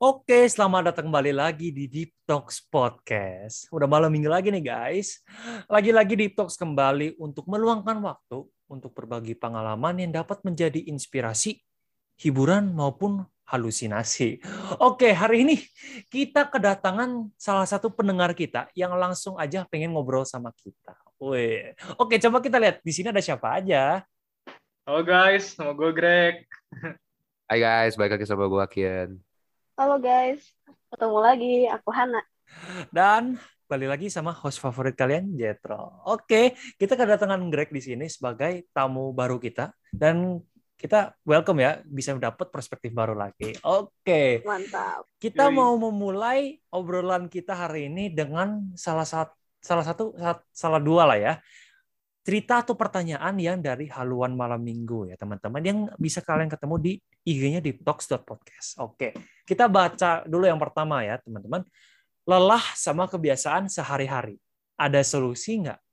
Oke, selamat datang kembali lagi di Deep Talks Podcast. Udah malam minggu lagi nih guys. Lagi-lagi Deep Talks kembali untuk meluangkan waktu untuk berbagi pengalaman yang dapat menjadi inspirasi, hiburan maupun halusinasi. Oke, hari ini kita kedatangan salah satu pendengar kita yang langsung aja pengen ngobrol sama kita. Wih. Oke, coba kita lihat di sini ada siapa aja. Halo guys, nama gue Greg. Hai guys, balik lagi sama gue Kian. Halo guys, ketemu lagi. Aku Hana. Dan kembali lagi sama host favorit kalian, Jetro. Oke, kita kedatangan Greg di sini sebagai tamu baru kita. Dan kita welcome ya, bisa dapat perspektif baru lagi. Oke, Mantap. kita Yoi. mau memulai obrolan kita hari ini dengan salah dua lah ya. Cerita atau pertanyaan yang dari haluan malam minggu ya teman-teman, yang bisa kalian ketemu di IG-nya di talks.podcast. Oke, kita baca dulu yang pertama ya teman-teman. Lelah sama kebiasaan sehari-hari. Ada solusi nggak?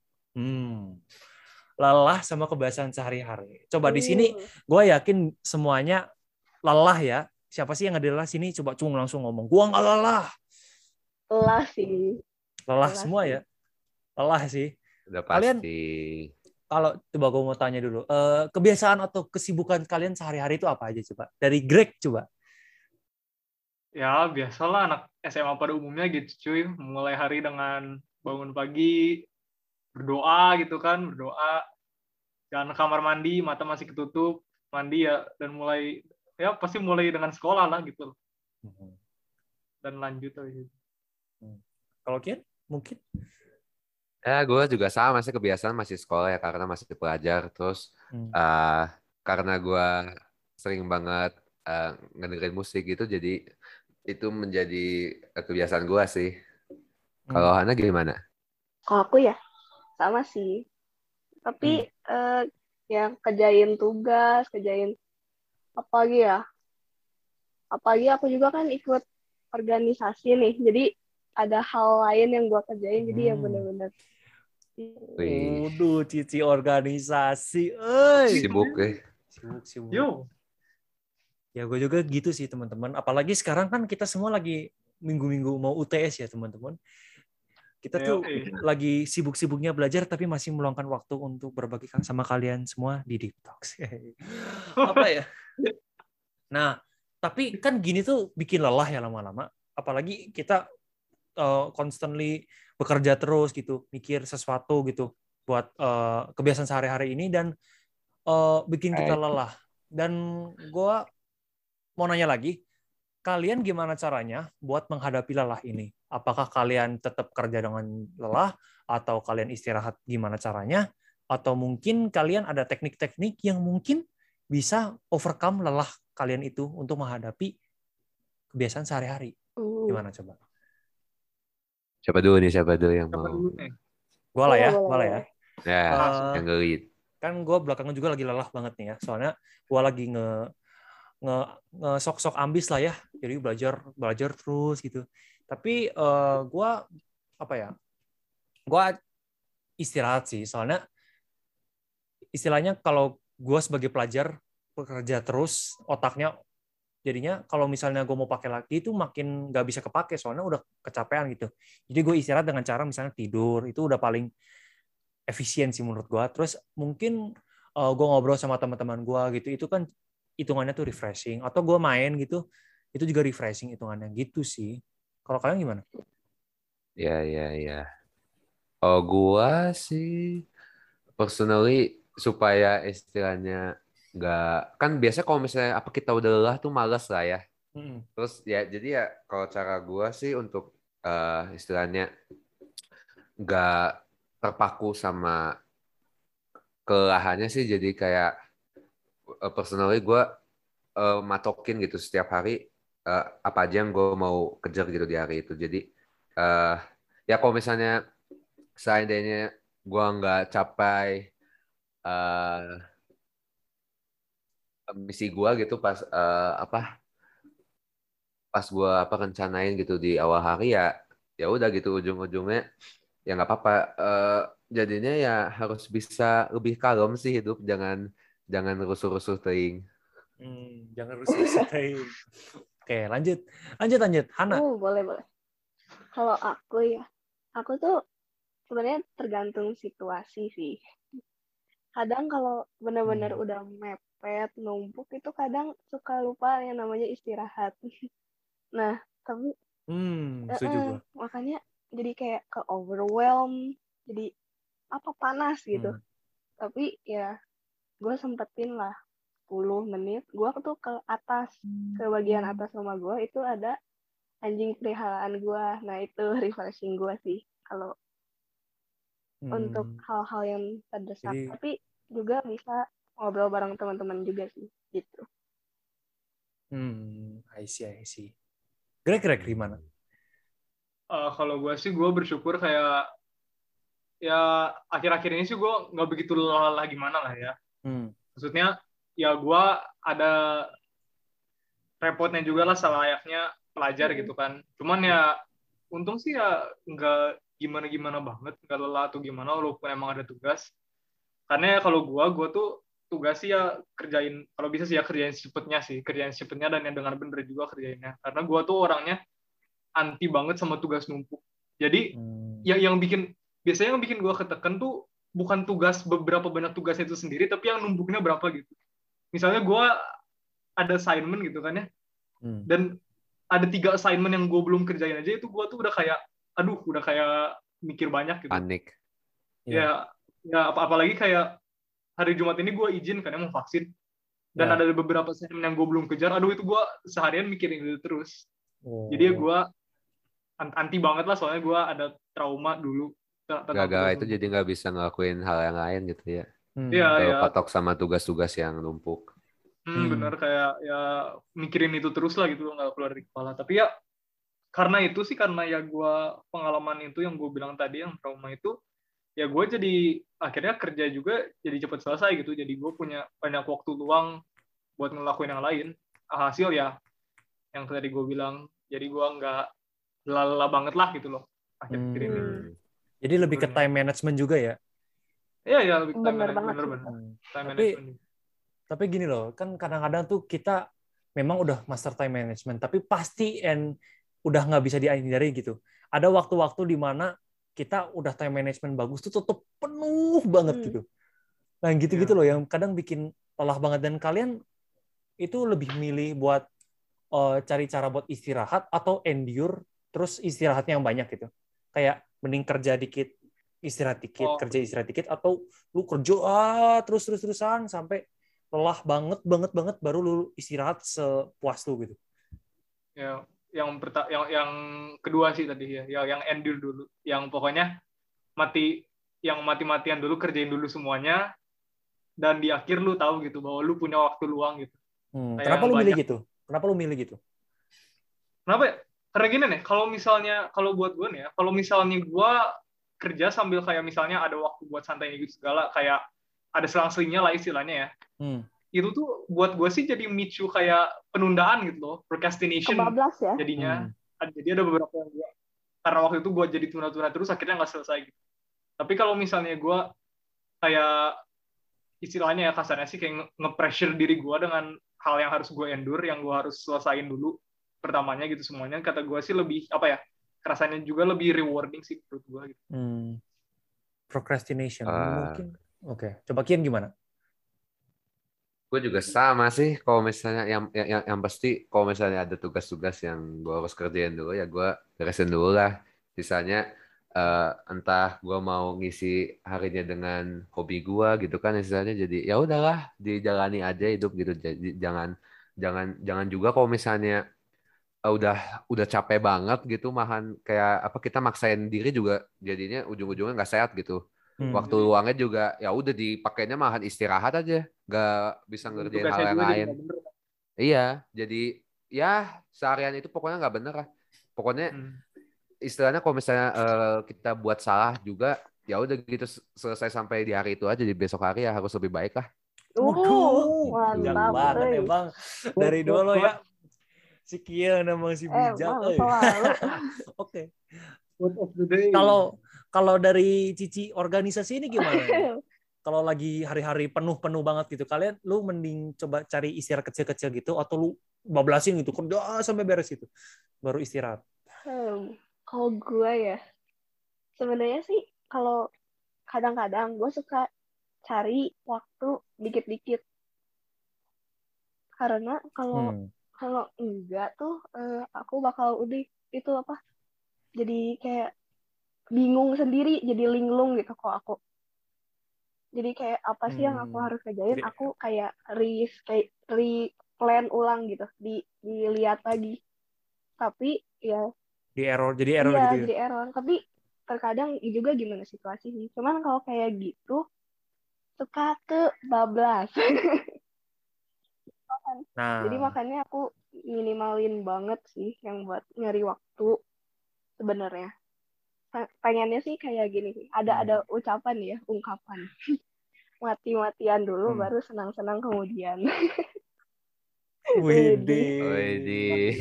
Lelah sama kebiasaan sehari-hari. Coba di sini gue yakin semuanya lelah ya. Siapa sih yang nggak lelah sini? Coba langsung ngomong. Gue nggak lelah. Lelah sih. Lelah semua ya. Lelah sih. Udah Kalian pasti. kalau coba gue mau tanya dulu, kebiasaan atau kesibukan kalian sehari-hari itu apa aja coba? Dari Greg coba. Ya, biasalah anak SMA pada umumnya gitu cuy. Mulai hari dengan bangun pagi, berdoa gitu kan, berdoa. Jangan kamar mandi, mata masih ketutup, mandi ya. Dan pasti mulai dengan sekolah lah gitu. Dan lanjut aja. Kalau Kian, mungkin? Ya, gue juga sama sih, kebiasaan masih sekolah ya karena masih pelajar. Terus karena gue sering banget ngedengerin musik gitu, jadi itu menjadi kebiasaan gue sih. Kalau Hana gimana? Kalau aku ya sama sih. Tapi yang kerjain tugas, kerjain apa lagi ya? Apalagi aku juga kan ikut organisasi nih. Jadi ada hal lain yang gue kerjain. Jadi ya benar-benar. Waduh, cici organisasi. Sibuk ya. Sibuk. Yo. Ya gue juga gitu sih teman-teman. Apalagi sekarang kan kita semua lagi minggu-minggu mau UTS ya teman-teman. Kita tuh lagi sibuk-sibuknya belajar tapi masih meluangkan waktu untuk berbagi sama kalian semua di Deep Talks. Apa ya? Nah, tapi kan gini tuh bikin lelah ya lama-lama. Apalagi kita constantly bekerja terus gitu, mikir sesuatu gitu buat kebiasaan sehari-hari ini dan bikin kita lelah. Dan gue mau nanya lagi, kalian gimana caranya buat menghadapi lelah ini? Apakah kalian tetap kerja dengan lelah atau kalian istirahat gimana caranya? Atau mungkin kalian ada teknik-teknik yang mungkin bisa overcome lelah kalian itu untuk menghadapi kebiasaan sehari-hari? Gimana coba? Siapa dulu yang mau? Gue lah ya. Ya, yang nge-lead. Kan gue belakangan juga lagi lelah banget nih ya. Soalnya gue lagi nge-sok-sok ambis lah ya. Jadi belajar terus gitu. Tapi gue gue istirahat sih. Soalnya istilahnya kalau gue sebagai pelajar bekerja terus, otaknya jadinya kalau misalnya gue mau pakai lagi itu makin nggak bisa kepake soalnya udah kecapean gitu. Jadi gue istirahat dengan cara misalnya tidur, itu udah paling efisien sih menurut gue. Terus mungkin gue ngobrol sama teman-teman gue gitu, itu kan hitungannya tuh refreshing. Atau gue main gitu, itu juga refreshing hitungannya gitu sih. Kalau kalian gimana? Ya. Oh, gue sih personally supaya istilahnya nggak, kan biasanya kalau misalnya apa kita udah lelah tuh malas lah ya. Terus ya jadi ya kalau cara gue sih untuk istilahnya nggak terpaku sama kelelahannya sih, jadi kayak personally gue matokin gitu setiap hari apa aja yang gue mau kejar gitu di hari itu. Jadi ya kalau misalnya seandainya gue nggak capai misi gue gitu pas gue rencanain gitu di awal hari, ya udah gitu ujung-ujungnya ya nggak apa-apa. Jadinya ya harus bisa lebih kalem sih hidup, jangan rusuh-rusuh teing. Jangan rusuh-rusuh teing. Oke, lanjut. Hana. Boleh. Kalau aku tuh sebenarnya tergantung situasi sih. Kadang kalau benar-benar udah mepet, numpuk itu kadang suka lupa yang namanya istirahat. Nah, tapi Setuju gua. makanya jadi kayak ke overwhelm, jadi panas gitu. Tapi ya gue sempetin lah 10 menit, gue tuh ke atas, ke bagian atas rumah gue itu ada anjing peliharaan gue. Nah itu refreshing gue sih kalau untuk hal-hal yang terdesak. Jadi, tapi juga bisa ngobrol bareng teman-teman juga sih gitu. I see. Greg gimana? Kalau gue sih gue bersyukur kayak ya akhir-akhir ini sih gue nggak begitu lelah gimana lah ya. Maksudnya ya gue ada repotnya juga lah selayaknya pelajar gitu kan. Cuman ya untung sih ya nggak gimana-gimana banget, nggak lelah atau gimana walaupun emang ada tugas. Karena ya kalau gue tuh tugas sih ya kerjain, kalau bisa sih ya kerjain cepetnya dan yang dengan bener juga kerjainnya. Karena gue tuh orangnya anti banget sama tugas numpuk. Jadi yang biasanya yang bikin gue ketekan tuh bukan tugas beberapa banyak tugasnya itu sendiri, tapi yang numpuknya berapa gitu. Misalnya gue ada assignment gitu kan ya, dan ada 3 assignment yang gue belum kerjain aja, itu gue tuh udah kayak mikir banyak gitu. Panik. Ya apalagi kayak hari Jumat ini gue izin karena mau vaksin, dan ada beberapa assignment yang gue belum kejar. Itu gue seharian mikirin itu terus. Jadi ya gue anti banget lah, soalnya gue ada trauma dulu. Gara-gara itu jadi nggak bisa ngelakuin hal yang lain gitu ya. Iya. Patok sama tugas-tugas yang numpuk. Bener, kayak ya mikirin itu terus lah gitu, nggak keluar dari kepala. Tapi ya karena ya gue pengalaman itu yang gue bilang tadi, yang trauma itu, ya gue jadi akhirnya kerja juga jadi cepat selesai gitu. Jadi gue punya banyak waktu luang buat ngelakuin yang lain. Hasil ya yang tadi gue bilang, jadi gue nggak lelah banget lah gitu loh akhir-akhir ini. Jadi lebih ke time management juga ya? Iya, lebih time Bener management. Bener. Tapi gini loh, kan kadang-kadang tuh kita memang udah master time management, tapi pasti udah nggak bisa dihindari gitu. Ada waktu-waktu di mana kita udah time management bagus tuh tetap penuh banget gitu. Nah gitu-gitu loh yang kadang bikin lelah banget. Dan kalian itu lebih milih buat cari cara buat istirahat atau endure terus istirahatnya yang banyak gitu. Kayak mending kerja dikit, istirahat dikit, kerja istirahat dikit, atau lu kerja terus-terusan sampai lelah banget baru lu istirahat sepuas lu gitu. Ya, yang kedua sih tadi ya, yang endure dulu. Yang pokoknya mati-matian dulu, kerjain dulu semuanya, dan di akhir lu tahu gitu bahwa lu punya waktu luang gitu. Kenapa lu milih gitu? Kenapa ya? Karena gini nih, kalau buat gue nih ya, kalau misalnya gue kerja sambil kayak misalnya ada waktu buat santai gitu segala, kayak ada selang-selingnya lah istilahnya ya, itu tuh buat gue sih jadi micu kayak penundaan gitu loh, procrastination ya? Jadinya. Jadi ada beberapa yang gue, karena waktu itu gue jadi tunda-tunda terus, akhirnya nggak selesai gitu. Tapi kalau misalnya gue kayak istilahnya ya kasarnya sih kayak nge-pressure diri gue dengan hal yang harus gue endure, yang gue harus selesain dulu pertamanya gitu semuanya, kata gue sih lebih rasanya juga lebih rewarding sih menurut gue gitu. Procrastination mungkin. Oke. Coba Kian gimana? Gue juga sama sih, kalau misalnya yang pasti kalau misalnya ada tugas-tugas yang gue harus kerjain dulu ya gue beresin dulu lah. Sisanya entah gue mau ngisi harinya dengan hobi gue gitu kan istilahnya, jadi ya udahlah dijalani aja hidup gitu. Jadi jangan juga kalau misalnya udah capek banget gitu, mahan kayak kita maksain diri juga jadinya ujung-ujungnya nggak sehat gitu. Waktu luangnya juga ya udah dipakainya mahan istirahat aja, nggak bisa ngerjain hal yang lain. Iya, jadi ya seharian itu pokoknya nggak bener lah. Pokoknya istilahnya kalau misalnya kita buat salah juga ya udah gitu selesai sampai di hari itu aja, di besok hari ya harus lebih baik lah. Bijak banget emang dari dulu ya. Si Kian emang si bijak. Oke. Kalau dari Cici organisasi ini gimana? kalau lagi hari-hari penuh banget gitu, kalian lu mending coba cari istirahat kecil-kecil gitu atau lu bablasin gitu kerja sampai beres itu baru istirahat. Kalau gue ya sebenarnya sih kalau kadang-kadang gue suka cari waktu dikit-dikit karena kalau enggak tuh aku bakal udah itu apa jadi kayak bingung sendiri, jadi linglung gitu kok aku. Jadi kayak apa sih yang aku harus kerjain, aku kayak re-plan ulang gitu, dilihat lagi. Tapi ya jadi error gitu ya. Jadi error. Tapi terkadang juga gimana situasi sih. Cuman kalau kayak gitu suka kebablas. Jadi makanya aku minimalin banget sih yang buat nyari waktu sebenarnya. Pengennya sih kayak gini sih. Ada ungkapan. Mati-matian dulu baru senang-senang kemudian. Widih.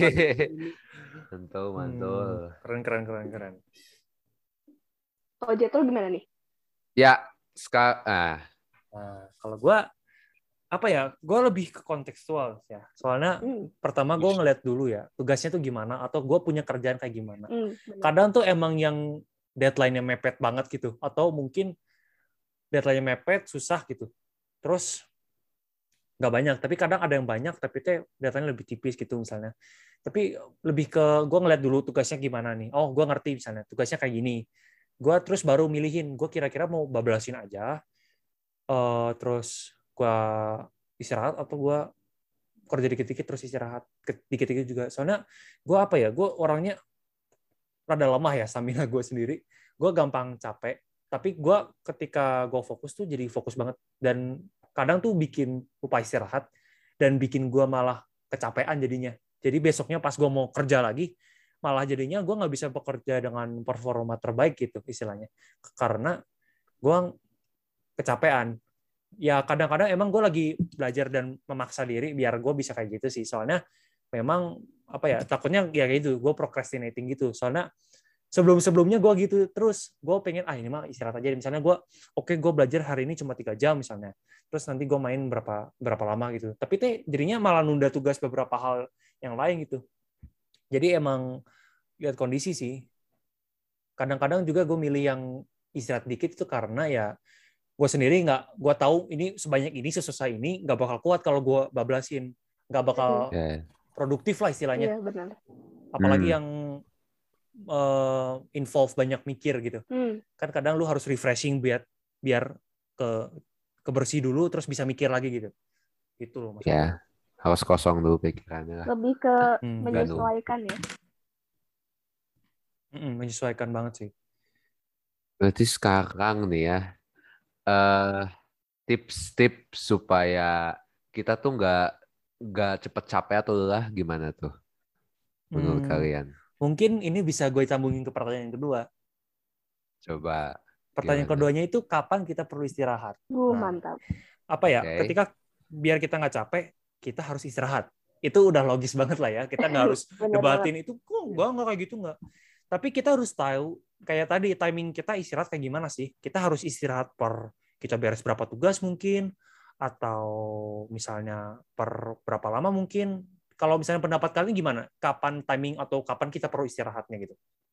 Mantul. Keren. Kalau Jetro gimana nih? Ya, kalau gue gue lebih ke kontekstual ya. Soalnya pertama gue ngeliat dulu ya tugasnya tuh gimana atau gue punya kerjaan kayak gimana. Kadang tuh emang yang deadline-nya mepet banget gitu atau mungkin deadline-nya mepet susah gitu. Terus nggak banyak, tapi kadang ada yang banyak tapi deadline lebih tipis gitu misalnya. Tapi lebih ke gue ngeliat dulu tugasnya gimana nih. Oh, gue ngerti misalnya tugasnya kayak gini. Gue terus baru milihin gue kira-kira mau bablasin aja. Terus gue istirahat atau gue kerja dikit-dikit terus istirahat dikit-dikit juga. Soalnya gue gue orangnya rada lemah ya stamina gue sendiri. Gue gampang capek. Tapi gue ketika gue fokus tuh jadi fokus banget. Dan kadang tuh bikin lupa istirahat dan bikin gue malah kecapean jadinya. Jadi besoknya pas gue mau kerja lagi, malah jadinya gue nggak bisa bekerja dengan performa terbaik gitu istilahnya. Karena gue kecapean. Ya kadang-kadang emang gue lagi belajar dan memaksa diri biar gue bisa kayak gitu sih. Soalnya memang takutnya ya kayak gitu, gue procrastinating gitu. Soalnya sebelumnya gue gitu terus, gue pengen ini mah istirahat aja. Misalnya gue gue belajar hari ini cuma 3 jam misalnya. Terus nanti gue main berapa lama gitu. Tapi jadinya malah nunda tugas beberapa hal yang lain gitu. Jadi emang lihat kondisi sih. Kadang-kadang juga gue milih yang istirahat dikit itu karena ya gue sendiri gue tahu ini sebanyak ini sesusah ini nggak bakal kuat kalau gue bablasin, nggak bakal produktif lah istilahnya. Iya, benar. Apalagi yang involve banyak mikir gitu. Kan kadang lu harus refreshing biar kebersih dulu terus bisa mikir lagi gitu. Gitu loh maksudnya. Ya, harus kosong dulu pikirannya. Lebih ke menyesuaikan ya. Menyesuaikan banget sih. Berarti sekarang nih ya, tips-tips supaya kita tuh nggak cepet capek atau lelah gimana tuh menurut kalian? Mungkin ini bisa gue sambungin ke pertanyaan kedua. Coba. Pertanyaan keduanya itu kapan kita perlu istirahat? Mantap. Ketika biar kita nggak capek, kita harus istirahat. Itu udah logis banget lah ya. Kita nggak harus debatin itu. Kok nggak kayak gitu nggak? Tapi kita harus tahu kayak tadi timing kita istirahat kayak gimana sih? Kita harus istirahat kita beres berapa tugas mungkin, atau misalnya per berapa lama mungkin. Kalau misalnya pendapat kalian gimana? Kapan timing atau kapan kita perlu istirahatnya gitu?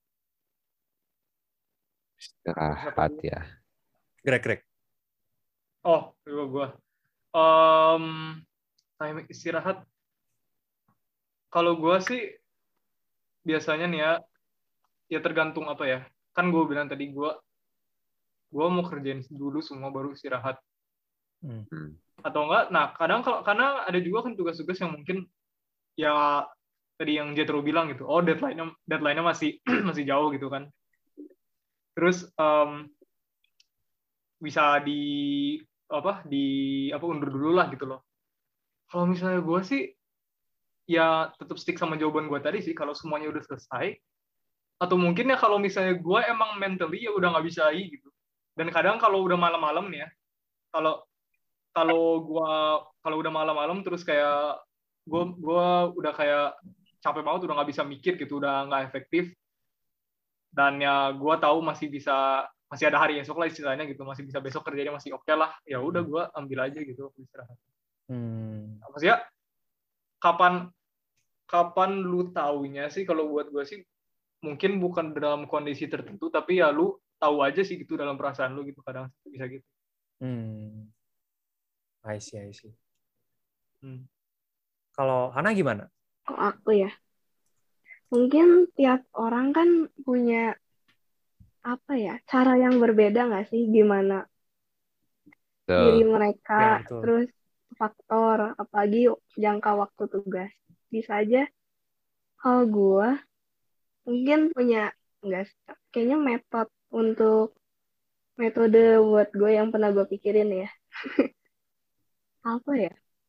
Istirahat ya. Greg. Oh, gue. Timing istirahat. Kalau gue sih biasanya nih ya tergantung kan gue bilang tadi gue mau kerjain dulu semua baru istirahat. Atau enggak, kadang karena ada juga kan tugas-tugas yang mungkin ya tadi yang Jetro bilang gitu, deadline-nya masih masih jauh gitu kan. Terus bisa undur dulu lah gitu loh. Kalau misalnya gue sih ya tetap stick sama jawaban gue tadi sih, kalau semuanya udah selesai. Atau mungkin ya kalau misalnya gue emang mentally ya udah nggak bisa lagi gitu. Dan kadang kalau udah malam-malam nih ya, kalau udah malam-malam terus kayak gue udah kayak capek banget, udah nggak bisa mikir gitu, udah nggak efektif. Dan ya gue tahu masih bisa masih ada hari esok lah istilahnya gitu, masih bisa besok kerjanya masih oke lah, ya udah gue ambil aja gitu istirahat. Maksudnya kapan lu taunya sih, kalau buat gue sih mungkin bukan dalam kondisi tertentu, tapi ya lu tahu aja sih gitu dalam perasaan lu gitu, kadang bisa gitu. I see. Kalau Hana gimana? Kok aku ya? Mungkin tiap orang kan punya cara yang berbeda nggak sih gimana diri mereka, Ya, betul. terus faktor, apalagi jangka waktu tugas. Bisa aja kalau gue mungkin punya, enggak, kayaknya metode buat gue yang pernah gue pikirin ya. Apa ya?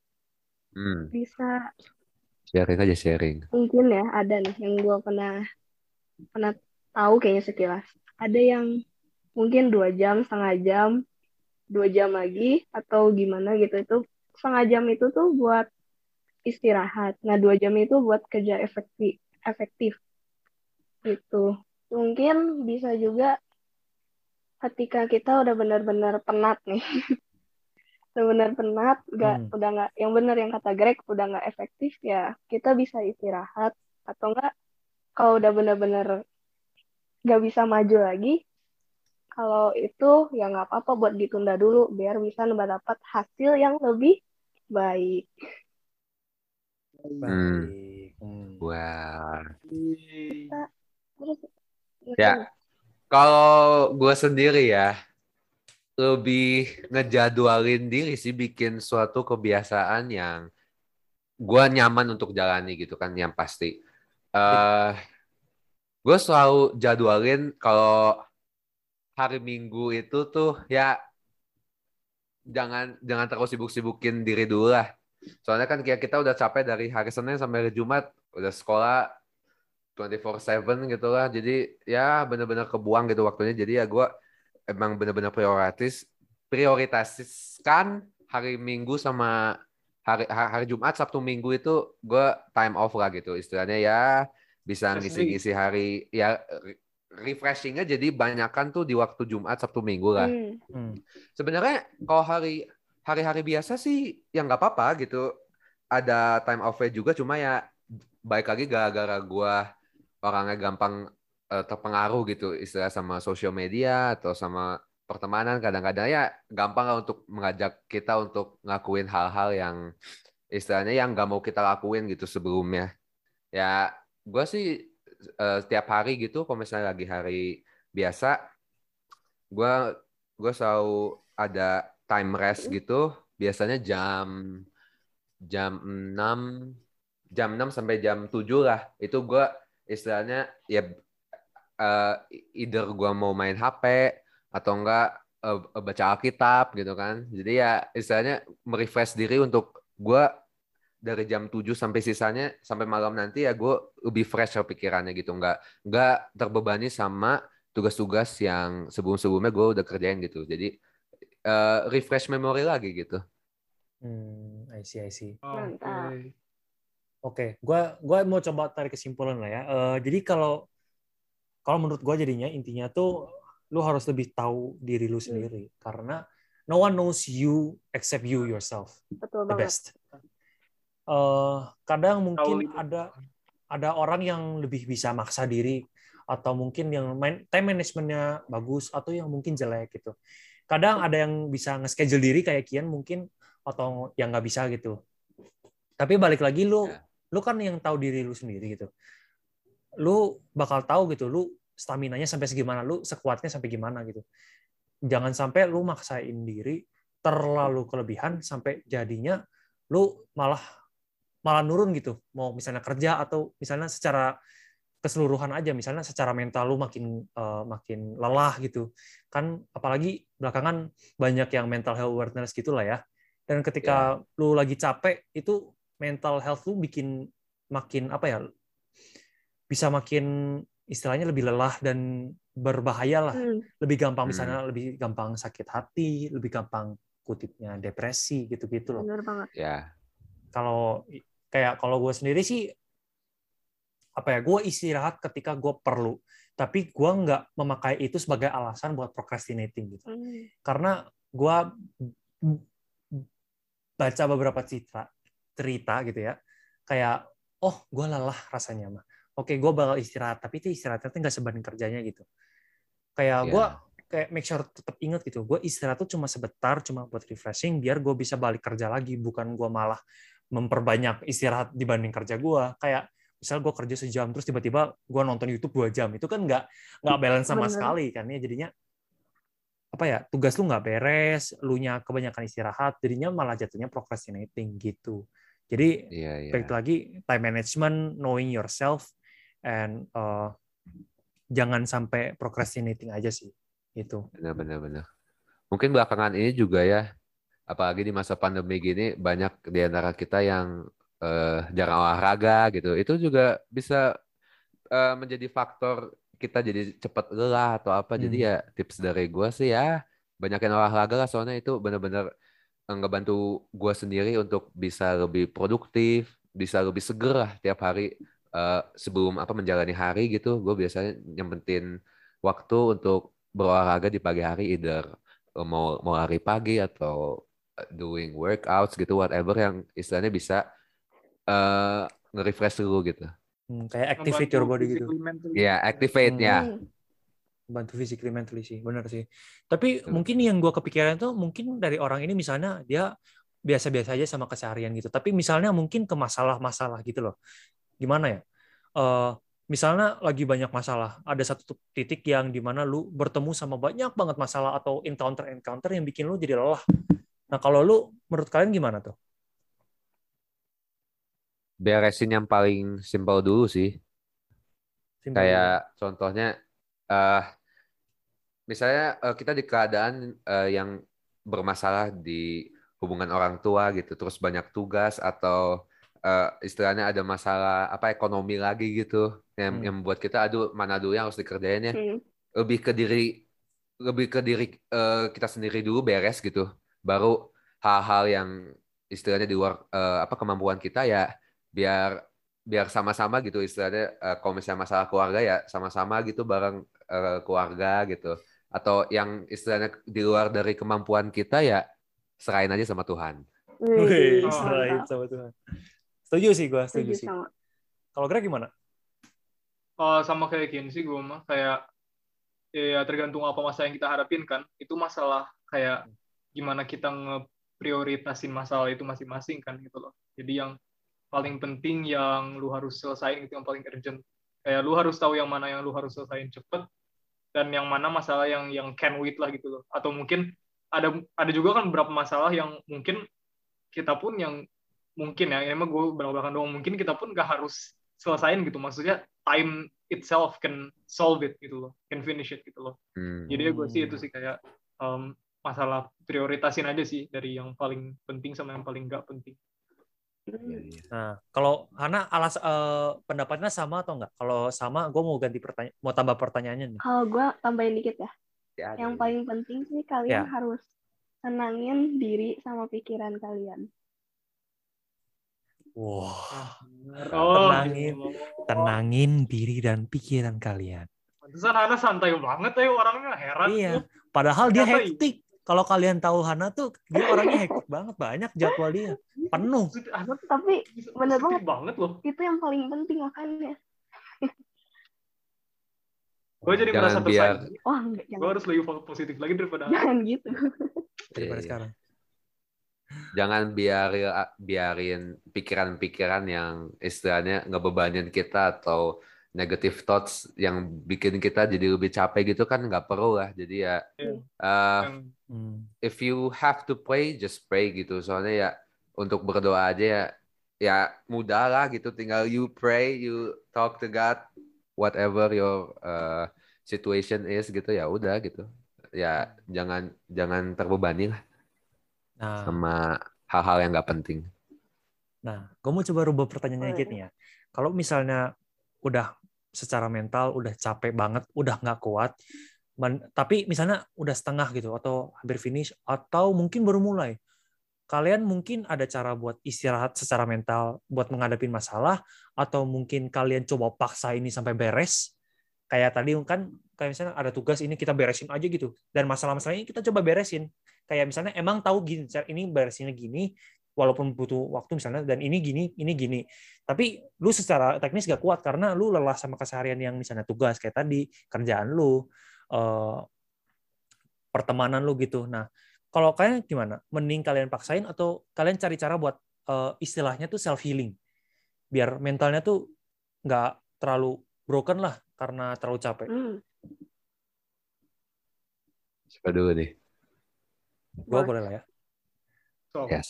Bisa sharing. mungkin ya ada nih yang gue pernah tahu kayaknya sekilas. Ada yang mungkin 2 jam, setengah jam, 2 jam lagi atau gimana gitu. Itu setengah jam itu tuh buat istirahat. Nah, 2 jam itu buat kerja efektif gitu. Mungkin bisa juga ketika kita udah benar-benar penat nih. Benar-benar penat, udah nggak, yang benar yang kata Greg, udah nggak efektif, ya kita bisa istirahat. Atau nggak, kalau udah benar-benar nggak bisa maju lagi, kalau itu ya nggak apa-apa buat ditunda dulu biar bisa mendapat hasil yang lebih baik. Baik. Wah. Terus, Ya, kalau gue sendiri ya lebih ngejadwalin diri sih, bikin suatu kebiasaan yang gue nyaman untuk jalani gitu kan, yang pasti. Gue selalu jadwalin kalau hari Minggu itu tuh ya jangan terlalu sibuk-sibukin diri dulu lah. Soalnya kan kita udah capek dari hari Senin sampai hari Jumat, udah sekolah 24/7 gitu lah. Jadi ya benar-benar kebuang gitu waktunya. Jadi ya gue emang benar-benar prioritaskan hari Minggu sama hari Jumat, Sabtu, Minggu itu gue time off lah gitu. Istilahnya ya bisa ngisi-ngisi hari ya, refreshingnya jadi banyakan tuh di waktu Jumat, Sabtu, Minggu lah. Sebenarnya kalau hari-hari biasa sih ya nggak apa-apa gitu. Ada time off-nya juga, cuma ya baik lagi gara-gara gue orangnya gampang terpengaruh gitu istilah sama sosial media atau sama pertemanan, kadang-kadang ya gampang lah untuk mengajak kita untuk ngelakuin hal-hal yang istilahnya yang nggak mau kita lakuin gitu sebelumnya. Ya gue sih setiap hari gitu, kalau misalnya lagi hari biasa, gue selalu ada time rest gitu, biasanya jam 6 sampai jam 7 lah. Itu gue istilahnya ya either gue mau main HP atau enggak baca Alkitab gitu kan. Jadi ya istilahnya merefresh diri untuk gue dari jam 7 sampai sisanya sampai malam nanti ya gue lebih fresh pikirannya gitu. Enggak terbebani sama tugas-tugas yang sebelum-sebelumnya gue udah kerjain gitu. Jadi refresh memory lagi gitu. I see. Mantap. Oke, gue mau coba tarik kesimpulan lah ya. Jadi kalau menurut gue jadinya intinya tuh lu harus lebih tahu diri lu sendiri, karena no one knows you except you yourself. Betul the banget. best. Kadang mungkin ada orang yang lebih bisa maksa diri, atau mungkin yang time managementnya bagus, atau yang mungkin jelek gitu. Kadang ada yang bisa nge-schedule diri kayak Kian mungkin, atau yang nggak bisa gitu. Tapi balik lagi lu kan yang tahu diri lu sendiri gitu. Lu bakal tahu gitu, lu staminanya sampai segimana, lu sekuatnya sampai gimana gitu. Jangan sampai lu maksain diri terlalu kelebihan sampai jadinya lu malah nurun gitu. Mau misalnya kerja atau misalnya secara keseluruhan aja, misalnya secara mental lu makin lelah gitu. Kan apalagi belakangan banyak yang mental health awareness gitulah ya. Dan ketika lu lagi capek, itu mental health lu bikin makin bisa makin istilahnya lebih lelah dan berbahaya lah. Lebih gampang misalnya lebih gampang sakit hati, lebih gampang kutipnya depresi gitu-gitu loh. Benar banget. Ya. Kalau gue sendiri sih gue istirahat ketika gue perlu, tapi gue nggak memakai itu sebagai alasan buat procrastinating gitu. Karena gue baca beberapa cerita gitu ya, kayak gue lelah rasanya mah, oke gue bakal istirahat, tapi itu istirahatnya nggak sebanding kerjanya gitu. Kayak gue kayak make sure tetap ingat gitu, gue istirahat tuh cuma sebentar, cuma buat refreshing biar gue bisa balik kerja lagi, bukan gue malah memperbanyak istirahat dibanding kerja gue. Kayak misal gue kerja sejam terus tiba-tiba gue nonton YouTube 2 jam, itu kan nggak balance sama sekali kan ya, jadinya tugas lu nggak beres, lu nya kebanyakan istirahat, jadinya malah jatuhnya procrastinating gitu. Jadi balik lagi time management, knowing yourself, and jangan sampai procrastinating aja sih itu. Benar. Mungkin belakangan ini juga ya, apalagi di masa pandemi gini, banyak di antara kita yang jarang olahraga gitu. Itu juga bisa menjadi faktor kita jadi cepat lelah atau apa. Jadi ya tips dari gue sih ya banyakin olahraga lah, soalnya itu benar-benar ngebantu gue sendiri untuk bisa lebih produktif, bisa lebih seger lah tiap hari sebelum menjalani hari gitu. Gue biasanya nyempetin waktu untuk berolahraga di pagi hari, either mau lari pagi atau doing workouts gitu, whatever yang istilahnya bisa nge-refresh dulu gitu. Kayak activate your body gitu. Iya, activate ya. Bantu physically, mentally sih, benar sih. Tapi mungkin yang gue kepikiran tuh mungkin dari orang ini misalnya dia biasa-biasa aja sama keseharian gitu. Tapi misalnya mungkin ke masalah-masalah gitu loh. Gimana ya? Misalnya lagi banyak masalah, ada satu titik yang dimana lu bertemu sama banyak banget masalah atau encounter yang bikin lu jadi lelah. Nah kalau lu, menurut kalian gimana tuh? Beresin yang paling simpel dulu sih. Kayak contohnya, misalnya kita di keadaan yang bermasalah di hubungan orang tua gitu, terus banyak tugas atau istilahnya ada masalah ekonomi lagi gitu, yang membuat kita mana dulu yang harus dikerjain ya. Lebih ke diri kita sendiri dulu beres gitu, baru hal-hal yang istilahnya di luar kemampuan kita ya biar sama-sama gitu, istilahnya kalau misalnya masalah keluarga ya sama-sama gitu bareng keluarga gitu, atau yang istilahnya di luar dari kemampuan kita ya serahin aja sama Tuhan. Serahin sama Tuhan. Setuju sih gue, setuju sih. Kalau Greg gimana? Sama kayak gini sih gue mah, kayak ya tergantung apa masalah yang kita hadapin kan. Itu masalah kayak gimana kita ngeprioritasin masalah itu masing-masing kan gitu loh. Jadi yang paling penting yang lu harus selesain itu yang paling urgent. Kayak lu harus tahu yang mana yang lu harus selesain cepet dan yang mana masalah yang can wait lah gitu loh. Atau mungkin ada juga kan beberapa masalah yang mungkin kita pun yang mungkin ya, emang gue belak-belakan doang, mungkin kita pun gak harus selesain gitu. Maksudnya time itself can solve it gitu loh, can finish it gitu loh. Jadi ya gue sih itu sih kayak masalah prioritasin aja sih dari yang paling penting sama yang paling gak penting. Nah, kalau Hana pendapatnya sama atau enggak? Kalau sama, gue mau mau tambah pertanyaannya nih. Kalau gue tambahin dikit ya. Yang paling penting sih kalian harus tenangin diri sama pikiran kalian. Wah, tenangin diri dan pikiran kalian. Pantesan Hana santai banget ya orangnya, heran. Iya, padahal dia hektik. Kalau kalian tahu Hana tuh, dia orangnya hektik banget, banyak jadwal dia, penuh. Tapi bener banget loh. Itu yang paling penting makanya. Gue jadi merasa tersayang. Gue harus lebih positif lagi daripada jangan gitu. Daripada sekarang. Jangan biarin pikiran-pikiran yang istilahnya ngebebanin kita atau negative thoughts yang bikin kita jadi lebih capek gitu kan, nggak perlu lah. Jadi ya if you have to pray, just pray gitu. Soalnya ya untuk berdoa aja ya mudah lah gitu. Tinggal you pray, you talk to God, whatever your situation is gitu, ya udah gitu. Ya jangan terbebani lah sama hal-hal yang nggak penting. Nah, gue mau coba rubah pertanyaannya dikit nih ya. Kalau misalnya udah secara mental udah capek banget, udah nggak kuat, tapi misalnya udah setengah gitu atau hampir finish atau mungkin baru mulai, kalian mungkin ada cara buat istirahat secara mental buat menghadapi masalah, atau mungkin kalian coba paksa ini sampai beres. Kayak tadi kan, kayak misalnya ada tugas ini kita beresin aja gitu. Dan masalah-masalah ini kita coba beresin. Kayak misalnya emang tahu gini, ini beresinnya gini, walaupun butuh waktu misalnya, dan ini gini. Tapi lu secara teknis gak kuat karena lu lelah sama keseharian yang misalnya tugas kayak tadi, kerjaan lu, pertemanan lu gitu. Nah, kalau kalian gimana? Mending kalian paksain atau kalian cari cara buat istilahnya tuh self healing, biar mentalnya tuh nggak terlalu broken lah karena terlalu capek. Siapa dulu nih? Gue boleh lah ya. Yes.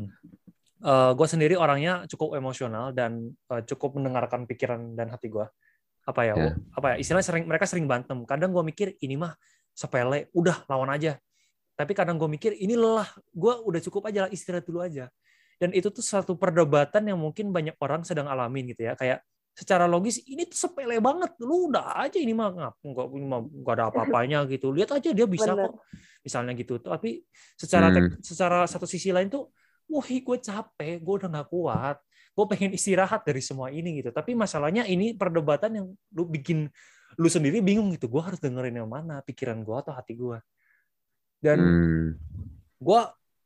Gue sendiri orangnya cukup emosional dan cukup mendengarkan pikiran dan hati gue. Apa ya? Istilahnya mereka sering bantem. Kadang gue mikir ini mah sepele, udah lawan aja. Tapi kadang gue mikir ini lelah, gue udah cukup aja lah, istirahat dulu aja. Dan itu tuh satu perdebatan yang mungkin banyak orang sedang alamin gitu ya. Kayak secara logis ini tuh sepele banget, lu udah aja ini mah nggak ada apa-apanya gitu. Lihat aja dia bisa kok, misalnya gitu. Tapi secara satu sisi lain tuh, wah gue capek, gue udah nggak kuat, gue pengen istirahat dari semua ini gitu. Tapi masalahnya ini perdebatan yang lu bikin lu sendiri bingung gitu. Gue harus dengerin yang mana, pikiran gue atau hati gue. Dan gue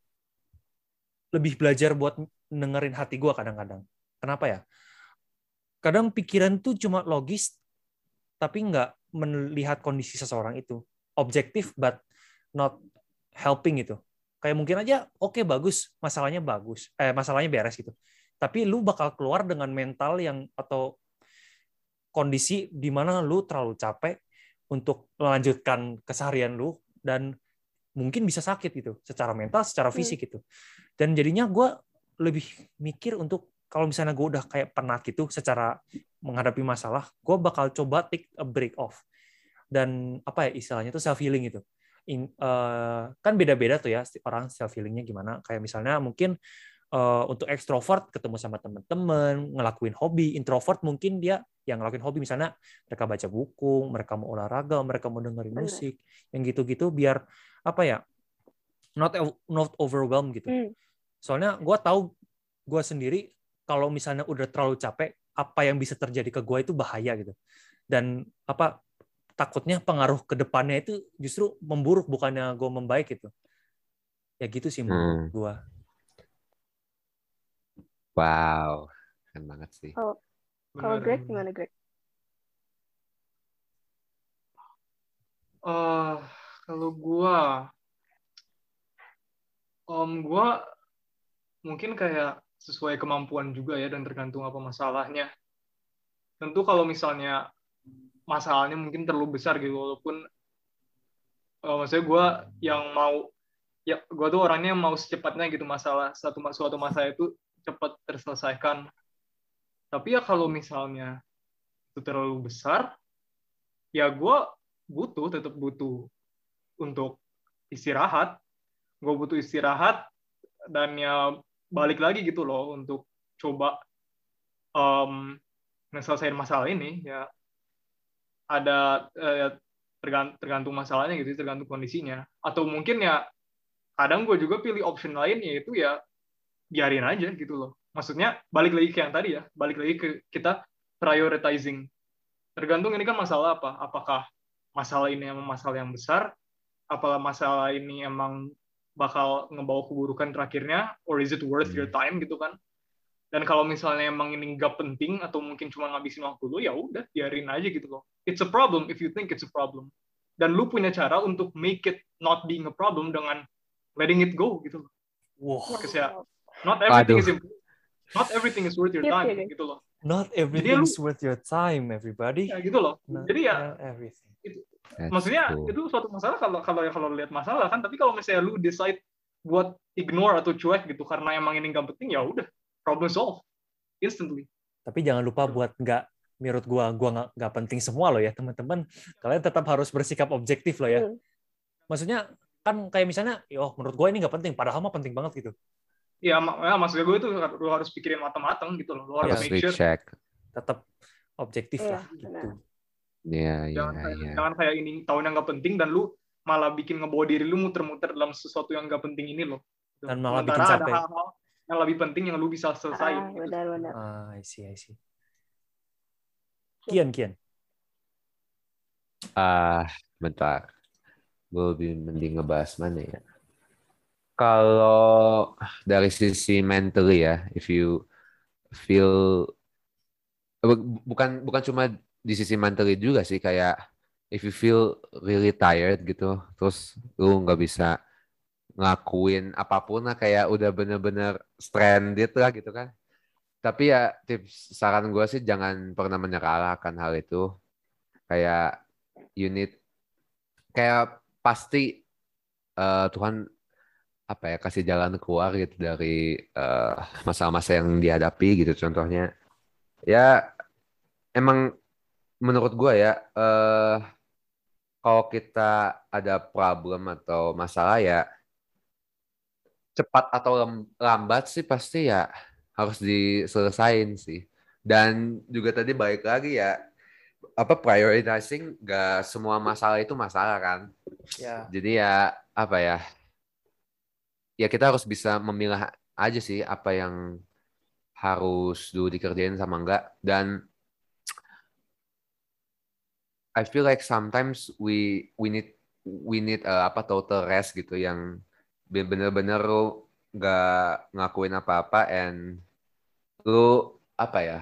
lebih belajar buat dengerin hati gue kadang-kadang. Kenapa ya? Kadang pikiran tuh cuma logis, tapi nggak melihat kondisi seseorang itu. Objektif, but not helping gitu. Kayak mungkin aja, oke, bagus, masalahnya beres gitu. Tapi lu bakal keluar dengan mental yang atau kondisi di mana lu terlalu capek untuk melanjutkan keseharian lu, dan mungkin bisa sakit gitu, secara mental, secara fisik gitu. Dan jadinya gue lebih mikir untuk, kalau misalnya gue udah kayak penat gitu secara menghadapi masalah, gue bakal coba take a break off. Dan apa ya istilahnya itu self healing gitu. Kan beda-beda tuh ya orang self healingnya gimana. Kayak misalnya mungkin untuk ekstrovert ketemu sama teman-teman, ngelakuin hobi. Introvert mungkin dia yang ngelakuin hobi, misalnya mereka baca buku, mereka mau olahraga, mereka mau dengerin musik, yang gitu-gitu biar apa ya, not overwhelmed gitu. Soalnya gue tahu gue sendiri kalau misalnya udah terlalu capek, apa yang bisa terjadi ke gue itu bahaya gitu. Dan apa takutnya pengaruh ke depannya itu justru memburuk, bukannya gue membaik gitu. Ya gitu sih menurut gue. Wow, keren banget sih. Kalau Greg gimana, Greg? Kalau gua mungkin kayak sesuai kemampuan juga ya, dan tergantung apa masalahnya. Tentu kalau misalnya masalahnya mungkin terlalu besar gitu, walaupun maksudnya gue tuh orangnya yang mau secepatnya gitu suatu masalah itu cepat terselesaikan. Tapi ya kalau misalnya itu terlalu besar, ya gue tetap butuh untuk istirahat. Gue butuh istirahat, dan ya balik lagi gitu loh untuk coba ngeselesaiin masalah ini. Ya ada tergantung masalahnya gitu, tergantung kondisinya. Atau mungkin ya kadang gue juga pilih option lain, yaitu ya biarin aja gitu loh. Maksudnya balik lagi ke yang tadi ya, balik lagi ke kita prioritizing. Tergantung ini kan masalah apa. Apakah masalah ini emang masalah yang besar? Apakah masalah ini emang bakal ngebawa keburukan terakhirnya? Or is it worth your time gitu kan? Dan kalau misalnya emang ini nggak penting atau mungkin cuma ngabisin waktu lu, ya udah biarin aja gitu loh. It's a problem if you think it's a problem. Dan lu punya cara untuk make it not being a problem dengan letting it go gitu loh. Wow. Because ya, not everything is worth your time gitu loh. Not everything is worth your time, everybody. Ya gitu loh. Jadi ya everything. Maksudnya itu suatu masalah kalau lihat masalah kan, tapi kalau misalnya lu decide buat ignore atau cuek gitu karena emang ini nggak penting, ya udah, problem solve instantly. Tapi jangan lupa buat menurut gua nggak penting semua loh ya teman-teman. Kalian tetap harus bersikap objektif loh ya. Maksudnya kan kayak misalnya, menurut gua ini nggak penting, padahal mah penting banget gitu. Ya maksudnya gue itu lu harus pikirin matang-matang gitu loh. Lu harus make sure tetap objektif lah gitu. Jangan kayak ini tahun yang nggak penting dan lu malah bikin ngebawa diri lu muter-muter dalam sesuatu yang nggak penting ini loh. gitu. Dan malah bikin Sementara ada capek. hal-hal yang lebih penting yang lu bisa selesaiin. Gitu. Benar-benar. I see. Kian. Bentar. Gue lebih mending ngebahas mana ya? Kalau dari sisi mentally ya, if you feel bukan cuma di sisi mentally juga sih, kayak if you feel really tired gitu, terus lu nggak bisa ngakuin apapun lah, kayak udah bener-bener stranded lah gitu kan. Tapi ya tips saran gue sih jangan pernah menyerah akan hal itu. Kayak you need, kayak pasti Tuhan apa ya kasih jalan keluar gitu dari masalah-masalah yang dihadapi gitu. Contohnya ya emang menurut gue ya kalau kita ada problem atau masalah ya cepat atau lambat sih pasti ya harus diselesain sih. Dan juga tadi balik lagi ya, apa prioritizing, gak semua masalah itu masalah kan. Ya. Jadi ya apa ya, ya kita harus bisa memilah aja sih apa yang harus dulu dikerjain sama enggak. Dan I feel like sometimes we need apa total rest gitu, yang bener-bener lu nggak ngakuin apa-apa and lu apa ya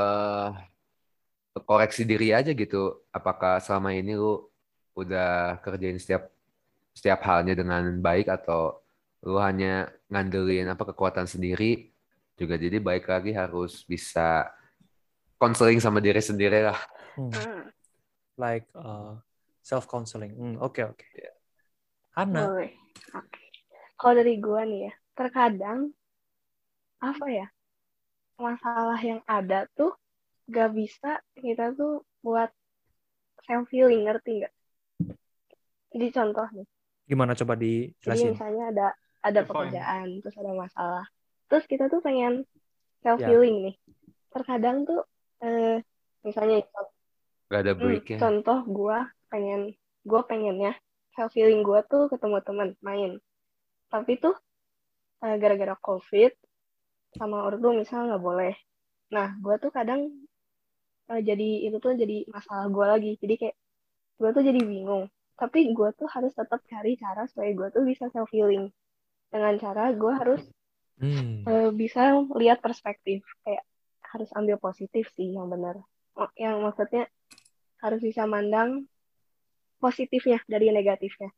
koreksi diri aja gitu, apakah selama ini lu udah kerjain setiap halnya dengan baik atau lu hanya ngandelin apa kekuatan sendiri juga. Jadi baik lagi harus bisa counseling sama diri sendiri lah. Like self counseling. Oke. Hana. Boleh. Oke. Kalau dari gue nih ya, terkadang apa ya, masalah yang ada tuh gak bisa kita tuh buat self healing, ngerti nggak? Jadi contoh nih. Gimana coba Jadi dijelasin? misalnya ada pekerjaan, terus ada masalah, terus kita tuh pengen self healing nih. Terkadang tuh misalnya Gak ada breaknya. Contoh gue pengennya self healing gue tuh ketemu teman main, tapi tuh gara-gara COVID sama ortu misalnya nggak boleh. Nah gue tuh kadang jadi masalah gue lagi. Jadi kayak gue tuh jadi bingung. Tapi gue tuh harus tetap cari cara supaya gue tuh bisa self healing dengan cara gue harus bisa lihat perspektif, kayak harus ambil positif sih yang benar. Yang maksudnya harus bisa mandang positifnya dari negatifnya.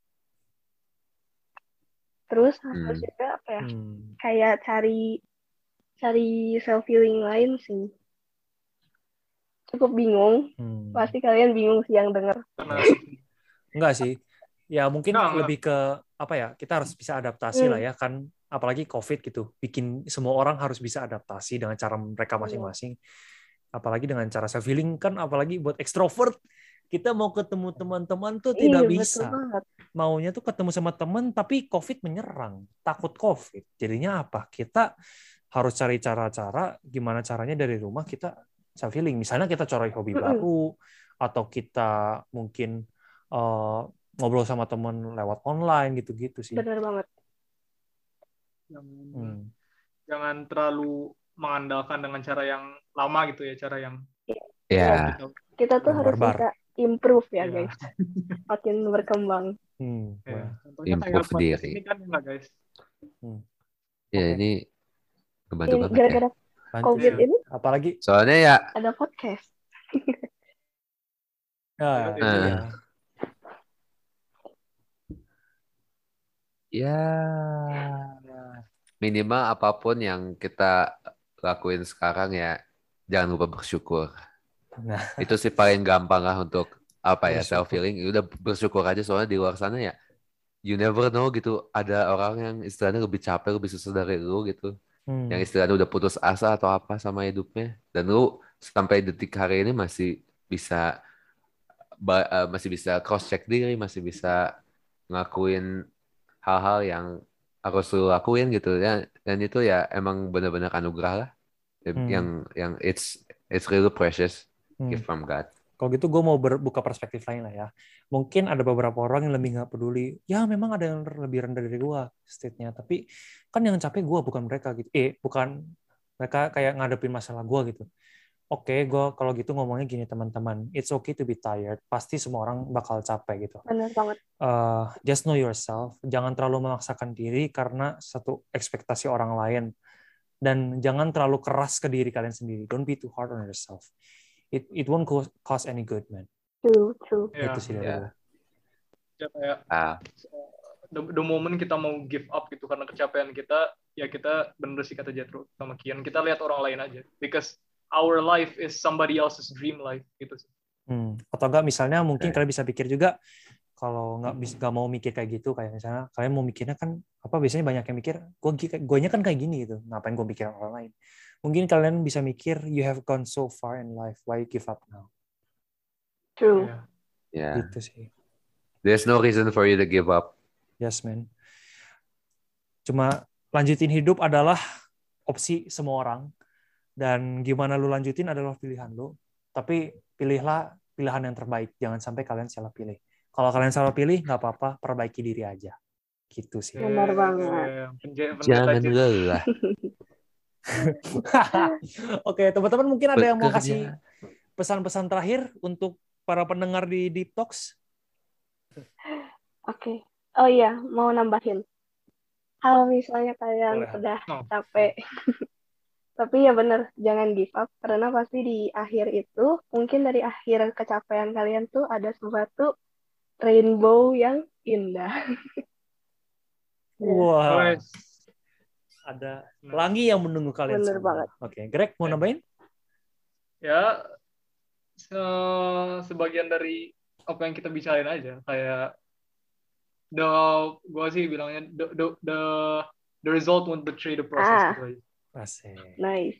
Terus harus juga apa ya? Kayak cari self healing lain sih. Cukup bingung. Pasti kalian bingung sih yang denger. Enggak sih. Ya mungkin lebih ke apa ya? Kita harus bisa adaptasi lah ya kan. Apalagi COVID gitu. Bikin semua orang harus bisa adaptasi dengan cara mereka masing-masing. Apalagi dengan cara self healing kan, apalagi buat ekstrovert, kita mau ketemu teman-teman tuh tidak bisa. Maunya tuh ketemu sama teman tapi COVID menyerang, takut COVID. Jadinya apa? Kita harus cari cara-cara gimana caranya dari rumah kita self healing. Misalnya kita cari hobi baru, atau kita mungkin ngobrol sama teman lewat online gitu-gitu sih. Benar banget. Jangan terlalu mengandalkan dengan cara yang lama gitu ya, cara yang kita tuh harus bisa improve ya guys, makin berkembang. Improve diri. Ini kan enggak guys? Ini kebantu banget gara-gara COVID ini. Apalagi soalnya ya ada podcast. Ya minimal apapun yang kita lakuin sekarang ya jangan lupa bersyukur. Nah, itu sih paling gampang lah untuk apa ya, self healing. Udah bersyukur aja, soalnya di luar sana ya you never know gitu, ada orang yang istilahnya lebih capek, lebih susah dari lu gitu, yang istilahnya udah putus asa atau apa sama hidupnya, dan lu sampai detik hari ini masih bisa cross check diri, masih bisa ngakuin hal-hal yang harus lu lakuin gitu ya. Dan itu ya emang benar-benar anugerah lah, yang it's really precious gift from God. Kalau gitu gue mau buka perspektif lain lah ya. Mungkin ada beberapa orang yang lebih nggak peduli. Ya memang ada yang lebih rendah dari gue state-nya. Tapi kan yang capek gue bukan mereka gitu. Bukan mereka kayak ngadepin masalah gue gitu. Oke, gue kalau gitu ngomongnya gini teman-teman. It's okay to be tired. Pasti semua orang bakal capek gitu. Benar banget. Just know yourself. Jangan terlalu memaksakan diri karena satu ekspektasi orang lain. Dan jangan terlalu keras ke diri kalian sendiri. Don't be too hard on yourself. It won't cause any good, man. True. Ya, Itu sih dari gue. ya kayak the moment kita mau give up gitu karena kecapean kita, ya kita bener sih kata Jethro sama Kian, kita lihat orang lain aja. Because our life is somebody else's dream life gitu sih. Atau enggak misalnya mungkin kalian bisa pikir juga kalau nggak mau mikir kayak gitu, kayak misalnya kalian mau mikirnya kan apa, biasanya banyak yang mikir guanya kan kayak gini gitu, ngapain gue mikirin orang lain. Mungkin kalian bisa mikir, you have gone so far in life, why you give up now? True. Yeah. Gitu sih. There's no reason for you to give up. Yes, man. Cuma lanjutin hidup adalah opsi semua orang, dan gimana lu lanjutin adalah pilihan lu. Tapi pilihlah pilihan yang terbaik, jangan sampai kalian salah pilih. Kalau kalian salah pilih, nggak apa-apa, perbaiki diri aja. Gitu sih. Benar banget. Jangan lelah. Oke, teman-teman mungkin ada yang mau kasih pesan-pesan terakhir untuk para pendengar di Deep Talks? Oke. Oh iya, mau nambahin. Kalau misalnya kalian udah capek, tapi ya bener, jangan give up. Karena pasti di akhir itu, mungkin dari akhir kecapean kalian tuh ada suatu rainbow yang indah. Wah. Ada pelangi yang menunggu kalian. Bener banget. Oke, Greg mau nambahin? Ya, sebagian dari apa yang kita bicarain aja, kayak gue sih bilangnya the result won't betray the process gitu aja. Asik. Nice.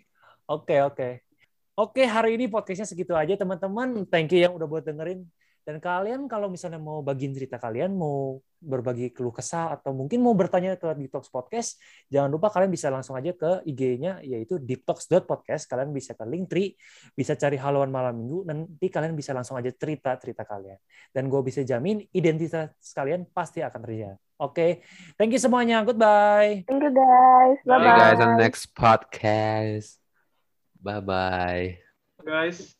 Oke, hari ini podcastnya segitu aja teman-teman. Thank you yang udah buat dengerin. Dan kalian kalau misalnya mau bagiin cerita kalian, mau berbagi keluh kesah, atau mungkin mau bertanya ke Deep Talks Podcast, jangan lupa kalian bisa langsung aja ke IG-nya, yaitu deeptalks.podcast. Kalian bisa ke Linktree, bisa cari Haluan Malam Minggu, nanti kalian bisa langsung aja cerita-cerita kalian. Dan gue bisa jamin identitas kalian pasti akan terjaga. Oke, thank you semuanya. Goodbye. Thank you guys. Bye-bye. See you guys on the next podcast. Bye-bye. Guys.